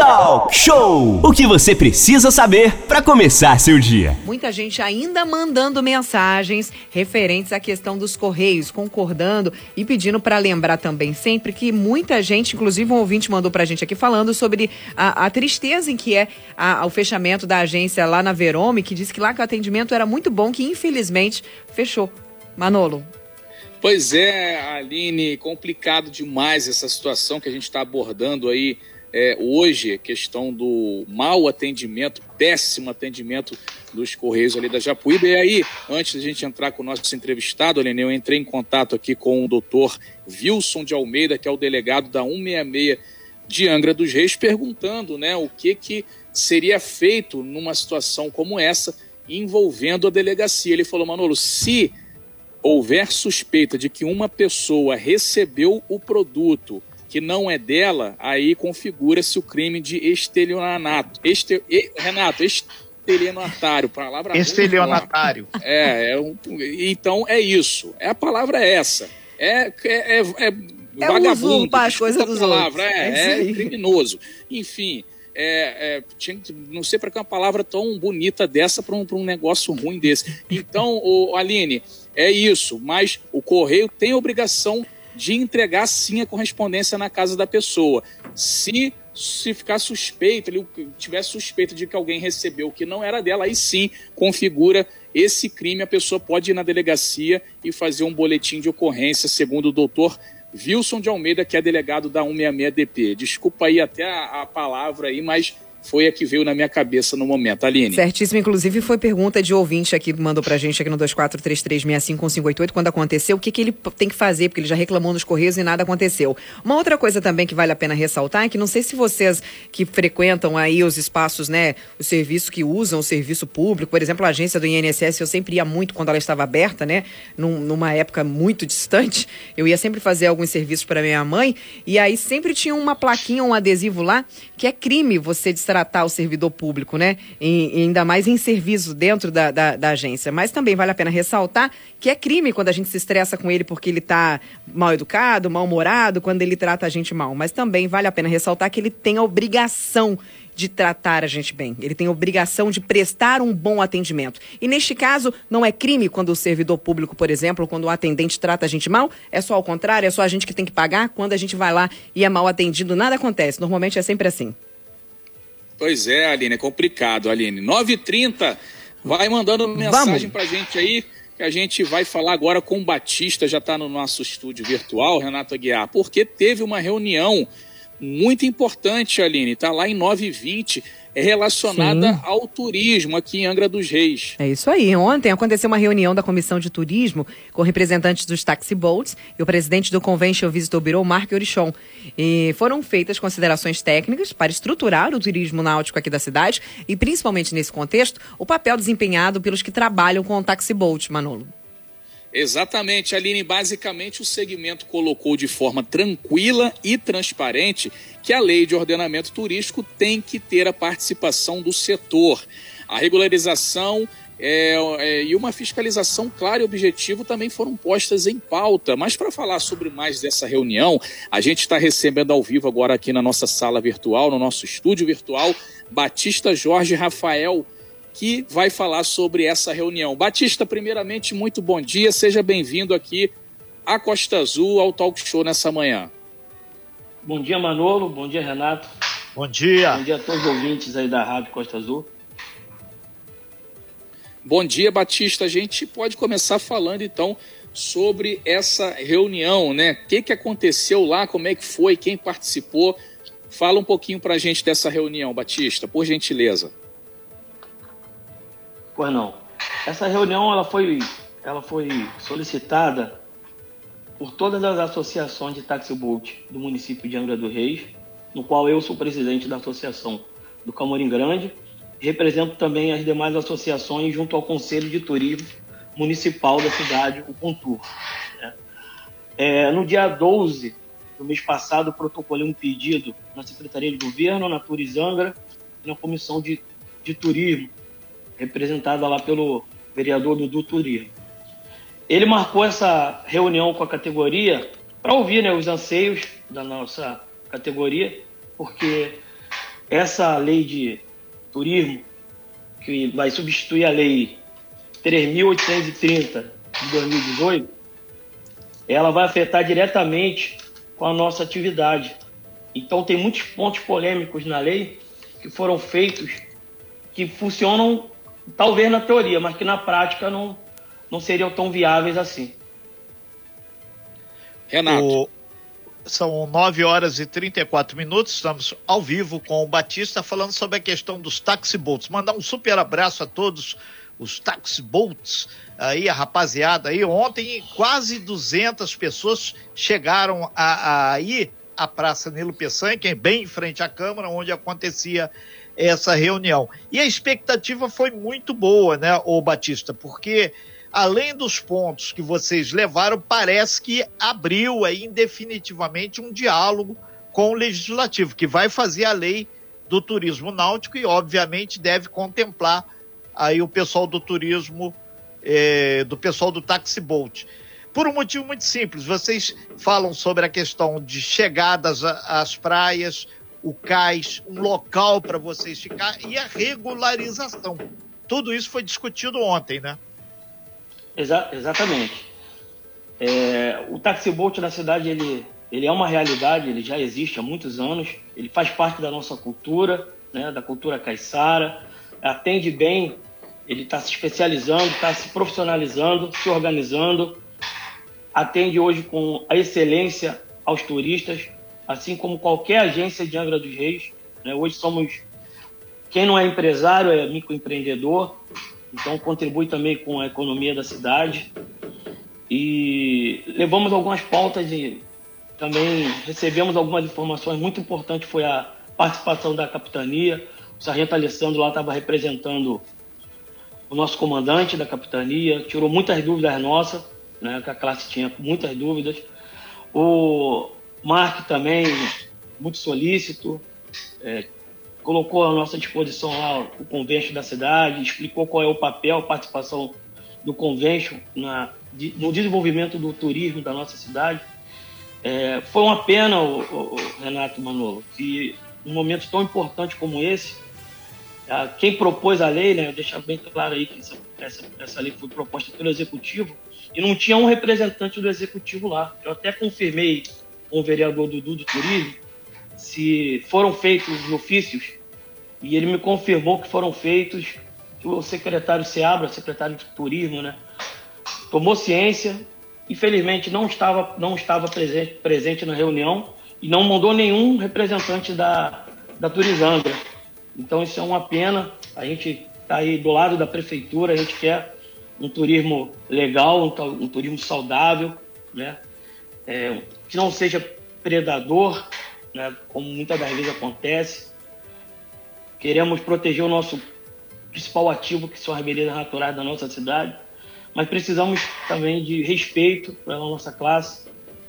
Talk Show! O que você precisa saber para começar seu dia. Muita gente ainda mandando mensagens referentes à questão dos Correios, concordando e pedindo para lembrar também sempre que muita gente, inclusive um ouvinte mandou pra gente aqui falando sobre a tristeza em que é o fechamento da agência lá na Verome, que disse que lá que o atendimento era muito bom, que infelizmente fechou. Manolo. Pois é, Aline, complicado demais essa situação que a gente está abordando aí hoje, a questão do mau atendimento, péssimo atendimento dos Correios ali da Japuíba. E aí, antes da gente entrar com o nosso entrevistado, Aline, eu entrei em contato aqui com o doutor Wilson de Almeida, que é o delegado da 166 de Angra dos Reis, perguntando, né, o que seria feito numa situação como essa, envolvendo a delegacia. Ele falou: Manolo, se houver suspeita de que uma pessoa recebeu o produto que não é dela, aí configura-se o crime de estelionato. Renato, estelionatário, palavra... Estelionatário. Então é isso. A palavra é essa. Vagabundo, usurpar as coisas dos outros. É criminoso. Enfim, não sei para que uma palavra tão bonita dessa para um negócio ruim desse. Então, Aline, é isso. Mas o Correio tem a obrigação de entregar sim a correspondência na casa da pessoa. Se ficar suspeito, ele tiver suspeita de que alguém recebeu o que não era dela, aí sim configura esse crime. A pessoa pode ir na delegacia e fazer um boletim de ocorrência, segundo o doutor Wilson de Almeida, que é delegado da 166DP. Desculpa aí até a palavra aí, mas foi a que veio na minha cabeça no momento. Aline. Certíssimo. Inclusive foi pergunta de ouvinte aqui, mandou pra gente aqui no 2433651588, quando aconteceu, o que ele tem que fazer, porque ele já reclamou nos Correios e nada aconteceu. Uma outra coisa também que vale a pena ressaltar é que não sei se vocês que frequentam aí os espaços, né, os serviços que usam o serviço público, por exemplo, a agência do INSS, eu sempre ia muito quando ela estava aberta, né, numa época muito distante, eu ia sempre fazer alguns serviços para minha mãe, e aí sempre tinha uma plaquinha, um adesivo lá, que é crime você tratar o servidor público, né? E ainda mais em serviço dentro da agência. Mas também vale a pena ressaltar que é crime quando a gente se estressa com ele porque ele está mal educado, mal-humorado, quando ele trata a gente mal. Mas também vale a pena ressaltar que ele tem a obrigação de tratar a gente bem. Ele tem a obrigação de prestar um bom atendimento. E neste caso, não é crime quando o servidor público, por exemplo, quando o atendente trata a gente mal, é só ao contrário, é só a gente que tem que pagar. Quando a gente vai lá e é mal atendido, nada acontece. Normalmente é sempre assim. Pois é, Aline, é complicado, Aline. 9h30, vai mandando mensagem pra gente aí, que a gente vai falar agora com o Batista, já está no nosso estúdio virtual, Renato Aguiar, porque teve uma reunião muito importante, Aline, está lá em 9h20, relacionada ao turismo aqui em Angra dos Reis. É isso aí. Ontem aconteceu uma reunião da Comissão de Turismo com representantes dos taxi boats e o presidente do Convention Visitor Bureau, Mark Orichon. E foram feitas considerações técnicas para estruturar o turismo náutico aqui da cidade e, principalmente nesse contexto, o papel desempenhado pelos que trabalham com o taxi boat, Manolo. Exatamente, Aline. Basicamente, o segmento colocou de forma tranquila e transparente que a lei de ordenamento turístico tem que ter a participação do setor. A regularização e uma fiscalização clara e objetiva também foram postas em pauta. Mas para falar sobre mais dessa reunião, a gente está recebendo ao vivo agora aqui na nossa sala virtual, no nosso estúdio virtual, Batista Jorge Rafael, que vai falar sobre essa reunião. Batista, primeiramente, muito bom dia, seja bem-vindo aqui à Costa Azul, ao Talk Show nessa manhã. Bom dia, Manolo, bom dia, Renato. Bom dia. Bom dia a todos os ouvintes aí da Rádio Costa Azul. Bom dia, Batista. A gente pode começar falando, então, sobre essa reunião, né? O que aconteceu lá, como é que foi, quem participou? Fala um pouquinho pra gente dessa reunião, Batista, por gentileza. Pois não. Essa reunião ela foi solicitada por todas as associações de taxi boat do município de Angra dos Reis, no qual eu sou presidente da associação do Camorim Grande, represento também as demais associações junto ao Conselho de Turismo Municipal da cidade, o Contur. No dia 12 do mês passado, eu protocolei um pedido na Secretaria de Governo, na Turis Angra, na Comissão de Turismo, representada lá pelo vereador Dudu Turismo. Ele marcou essa reunião com a categoria para ouvir, né, os anseios da nossa categoria, porque essa lei de turismo, que vai substituir a lei 3.830 de 2018, ela vai afetar diretamente com a nossa atividade. Então, tem muitos pontos polêmicos na lei que foram feitos, que funcionam talvez na teoria, mas que na prática não seriam tão viáveis assim. Renato. São 9 horas e 34 minutos, estamos ao vivo com o Batista falando sobre a questão dos taxiboats. Mandar um super abraço a todos os taxiboats, aí a rapaziada aí. Ontem quase 200 pessoas chegaram a ir à Praça Nilo Peçanha, que é bem em frente à Câmara, onde acontecia essa reunião. E a expectativa foi muito boa, né, ô Batista, porque além dos pontos que vocês levaram, parece que abriu aí definitivamente um diálogo com o Legislativo, que vai fazer a lei do turismo náutico e, obviamente, deve contemplar aí o pessoal do turismo, do pessoal do taxiboat. Por um motivo muito simples, vocês falam sobre a questão de chegadas às praias, o cais, um local para vocês ficar e a regularização. Tudo isso foi discutido ontem, né? Exatamente. O taxiboat na cidade, ele é uma realidade, ele já existe há muitos anos, ele faz parte da nossa cultura, né, da cultura caiçara, atende bem, ele está se especializando, está se profissionalizando, se organizando, atende hoje com a excelência aos turistas, assim como qualquer agência de Angra dos Reis, né? Hoje quem não é empresário é microempreendedor, então contribui também com a economia da cidade. E levamos algumas pautas e também recebemos algumas informações. Muito importante foi a participação da capitania. O sargento Alessandro lá estava representando o nosso comandante da capitania, tirou muitas dúvidas nossas, né, que a classe tinha muitas dúvidas. O Mark também, muito solícito, colocou à nossa disposição lá o convênio da cidade, explicou qual é o papel, a participação do convênio no desenvolvimento do turismo da nossa cidade. Foi uma pena, o Renato Manolo, que num momento tão importante como esse, quem propôs a lei, né, deixar bem claro aí que essa lei foi proposta pelo Executivo, e não tinha um representante do Executivo lá. Eu até confirmei com o vereador Dudu do Turismo se foram feitos os ofícios, e ele me confirmou que foram feitos, que o secretário Seabra, secretário de Turismo, né, tomou ciência, infelizmente não estava presente na reunião e não mandou nenhum representante da Turizandra. Então isso é uma pena, a gente está aí do lado da prefeitura, a gente quer um turismo legal, um turismo saudável, né, que não seja predador, né, como muitas das vezes acontece. Queremos proteger o nosso principal ativo, que são as belezas naturais da nossa cidade, mas precisamos também de respeito pela nossa classe.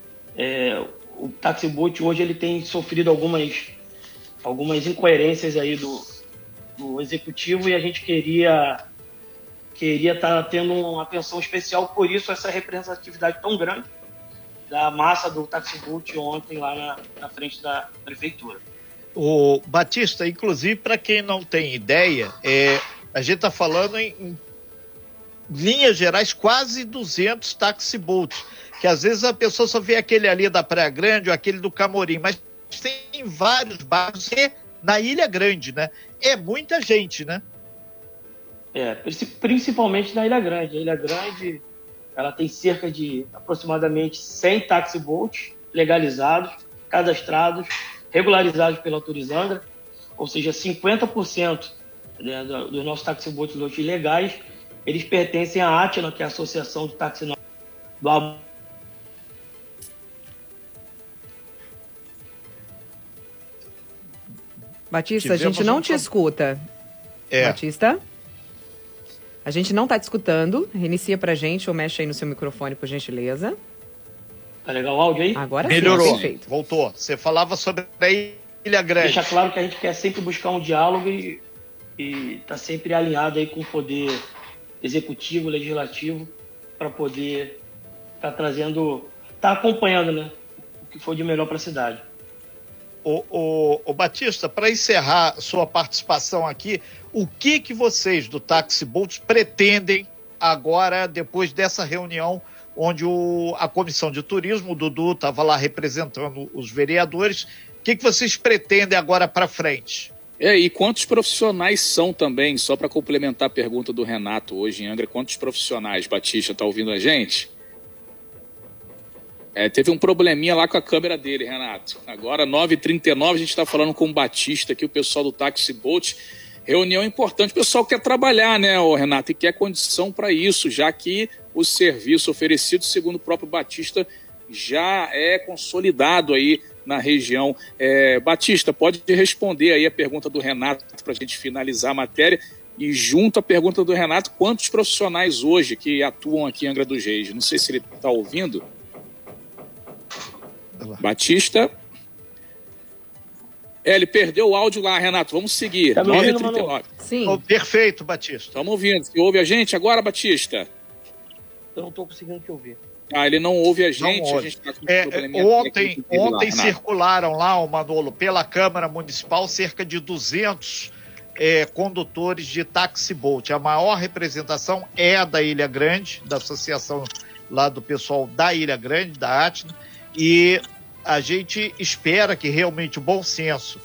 O taxiboat hoje ele tem sofrido algumas incoerências aí do Executivo, e a gente queria estar tendo uma atenção especial, por isso essa representatividade tão grande da massa do taxiboat ontem lá na frente da prefeitura. O Batista, inclusive, para quem não tem ideia, a gente está falando em linhas gerais quase 200 taxiboats, que às vezes a pessoa só vê aquele ali da Praia Grande ou aquele do Camorim, mas tem vários bairros na Ilha Grande, né? É muita gente, né? Principalmente na Ilha Grande. A Ilha Grande, ela tem cerca de aproximadamente 100 taxiboats legalizados, cadastrados, regularizados pela Turizandra, ou seja, 50% dos nossos taxiboats hoje legais, eles pertencem à ATNA, que é a Associação de Táxi do Batista, a gente não te escuta. Batista? A gente não está te escutando. Reinicia pra gente ou mexe aí no seu microfone, por gentileza. Tá legal o áudio aí? Agora melhorou. Sim, perfeito. Voltou. Você falava sobre a Ilha Grande. Deixa claro que a gente quer sempre buscar um diálogo e tá sempre alinhado aí com o poder executivo, legislativo, para poder estar acompanhando, né, o que for de melhor para a cidade. O Batista, para encerrar sua participação aqui, o que vocês do Táxi Bolt pretendem agora, depois dessa reunião, onde a Comissão de Turismo, o Dudu estava lá representando os vereadores, o que vocês pretendem agora para frente? E quantos profissionais são também, só para complementar a pergunta do Renato hoje em Angra, quantos profissionais, Batista, está ouvindo a gente? Teve um probleminha lá com a câmera dele, Renato. Agora, 9h39, a gente está falando com o Batista aqui, o pessoal do Táxi Bolt. Reunião importante, o pessoal quer trabalhar, né, Renato, e quer condição para isso, já que o serviço oferecido, segundo o próprio Batista, já é consolidado aí na região. Batista, pode responder aí a pergunta do Renato para a gente finalizar a matéria. E junto à pergunta do Renato, quantos profissionais hoje que atuam aqui em Angra dos Reis? Não sei se ele está ouvindo. Batista. Ele perdeu o áudio lá, Renato. Vamos seguir. Tá 9h39. Sim. Oh, perfeito, Batista. Estamos ouvindo. Você ouve a gente agora, Batista? Eu não estou conseguindo te ouvir. Ele não ouve a gente. A gente tá com um probleminha ontem circularam lá, Manolo, pela Câmara Municipal, cerca de 200 condutores de Táxi Bolt. A maior representação é a da Ilha Grande, da associação lá do pessoal da Ilha Grande, da Atna, e a gente espera que realmente o bom senso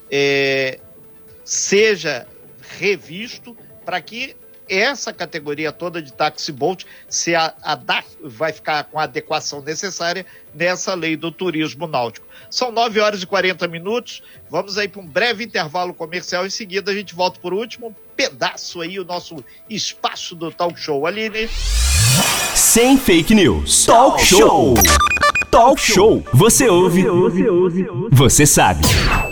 seja revisto para que essa categoria toda de Táxi Bolt vai ficar com a adequação necessária nessa lei do turismo náutico. São 9h40, vamos aí para um breve intervalo comercial, em seguida a gente volta por último pedaço aí, o nosso espaço do Talk Show. Aline. Sem fake news. Talk Show. Talk Show. Você ouve. Você sabe.